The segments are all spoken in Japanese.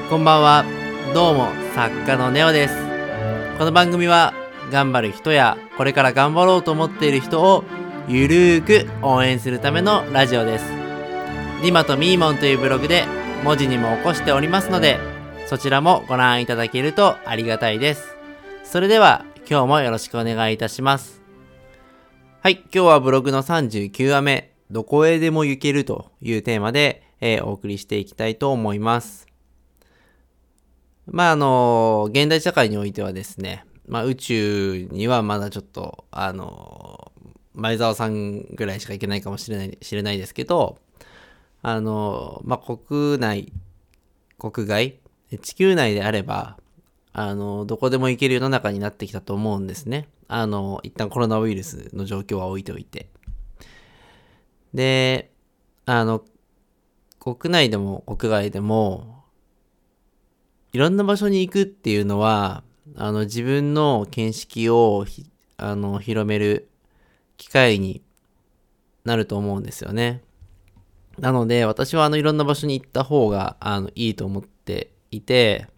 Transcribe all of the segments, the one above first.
こんばんは。どうも、作家のネオです。この番組は頑張る人やこれから頑張ろうと思っている人をゆるーく応援するためのラジオです。リマとミーモンというブログで文字にも起こしておりますので、そちらもご覧いただけるとありがたいです。それでは今日もよろしくお願いいたします。はい、今日はブログの39話目、どこへでも行けるというテーマで、お送りしていきたいと思います。現代社会においてはですね、宇宙にはまだちょっと、前澤さんぐらいしか行けないかもしれないですけど、国内、国外、地球内であれば、どこでも行ける世の中になってきたと思うんですね。一旦コロナウイルスの状況は置いておいて。で、国内でも国外でも、いろんな場所に行くっていうのは、自分の見識を広める機会になると思うんですよね。なので、私はいろんな場所に行った方が、いいと思っていて、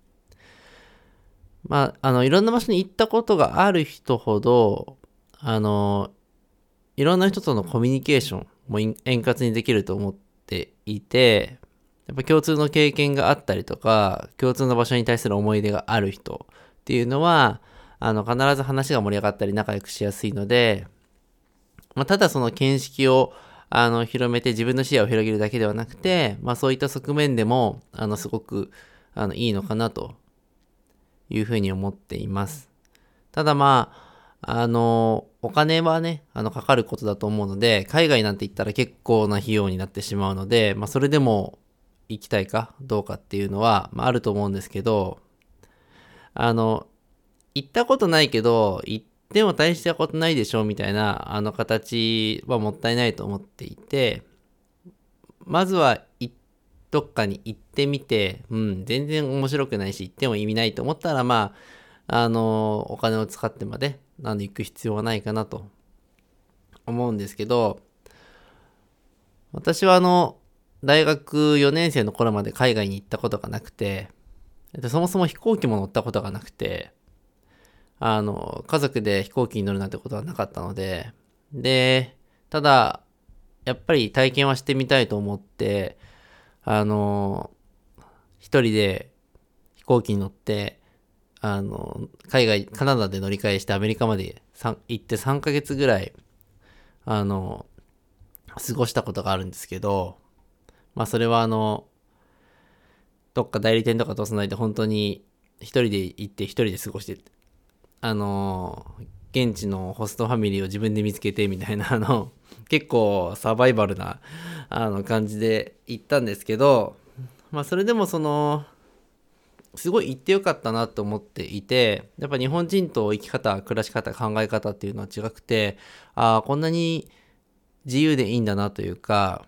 いろんな場所に行ったことがある人ほど、いろんな人とのコミュニケーションも円滑にできると思っていて、やっぱ共通の経験があったりとか、共通の場所に対する思い出がある人っていうのは、必ず話が盛り上がったり仲良くしやすいので、ただその見識を、広めて自分の視野を広げるだけではなくて、そういった側面でも、すごく、いいのかなというふうに思っています。ただお金はね、かかることだと思うので、海外なんて言ったら結構な費用になってしまうので、それでも、行きたいかどうかっていうのは、あると思うんですけど、行ったことないけど、行っても大したことないでしょみたいな、形はもったいないと思っていて、まずは、どっかに行ってみて、全然面白くないし、行っても意味ないと思ったら、お金を使ってまで、行く必要はないかなと思うんですけど、私は大学4年生の頃まで海外に行ったことがなくて、そもそも飛行機も乗ったことがなくて、家族で飛行機に乗るなんてことはなかったので、ただ、やっぱり体験はしてみたいと思って、一人で飛行機に乗って、カナダで乗り換えしてアメリカまで行って3ヶ月ぐらい、過ごしたことがあるんですけど、それはどっか代理店とか通さないで本当に一人で行って一人で過ごして、現地のホストファミリーを自分で見つけてみたいな結構サバイバルな感じで行ったんですけど、それでもすごい行ってよかったなと思っていて、やっぱ日本人と生き方、暮らし方、考え方っていうのは違くて、こんなに自由でいいんだなというか、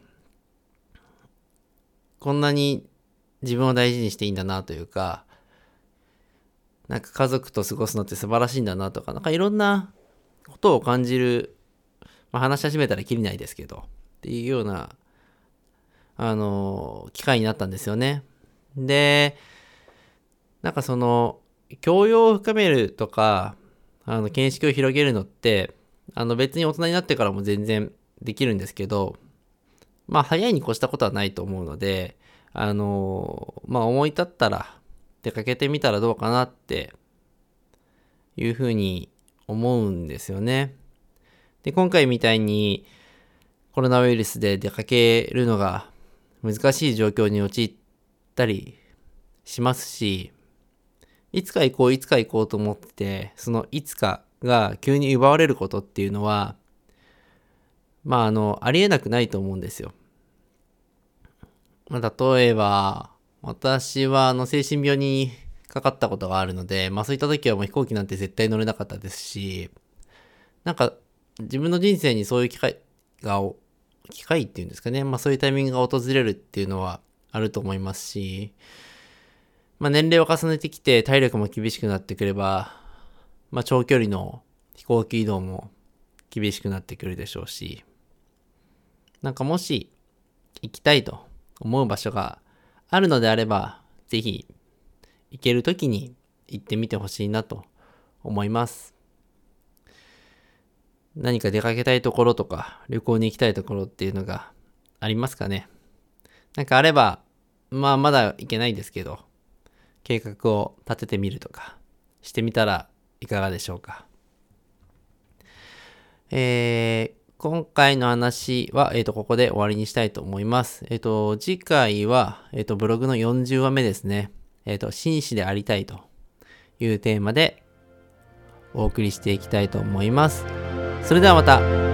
こんなに自分を大事にしていいんだなというか、家族と過ごすのって素晴らしいんだなとか、いろんなことを感じる、話し始めたらきりないですけど、っていうような、機会になったんですよね。で、教養を深めるとか、見識を広げるのって、別に大人になってからも全然できるんですけど、早いに越したことはないと思うので、思い立ったら出かけてみたらどうかなっていうふうに思うんですよね。で、今回みたいにコロナウイルスで出かけるのが難しい状況に陥ったりしますし、いつか行こうと思ってて、そのいつかが急に奪われることっていうのは、ありえなくないと思うんですよ。例えば、私は精神病にかかったことがあるので、そういった時はもう飛行機なんて絶対乗れなかったですし、自分の人生にそういう機会っていうんですかね、そういうタイミングが訪れるっていうのはあると思いますし、年齢を重ねてきて体力も厳しくなってくれば、長距離の飛行機移動も厳しくなってくるでしょうし、もし行きたいと思う場所があるのであれば、 ぜひ行けるときに行ってみてほしいなと思います。何か出かけたいところとか旅行に行きたいところっていうのがありますかね。なんかあれば、まだ行けないですけど、計画を立ててみるとかしてみたらいかがでしょうか。今回の話は、ここで終わりにしたいと思います。次回は、ブログの40話目ですね。紳士でありたいというテーマでお送りしていきたいと思います。それではまた。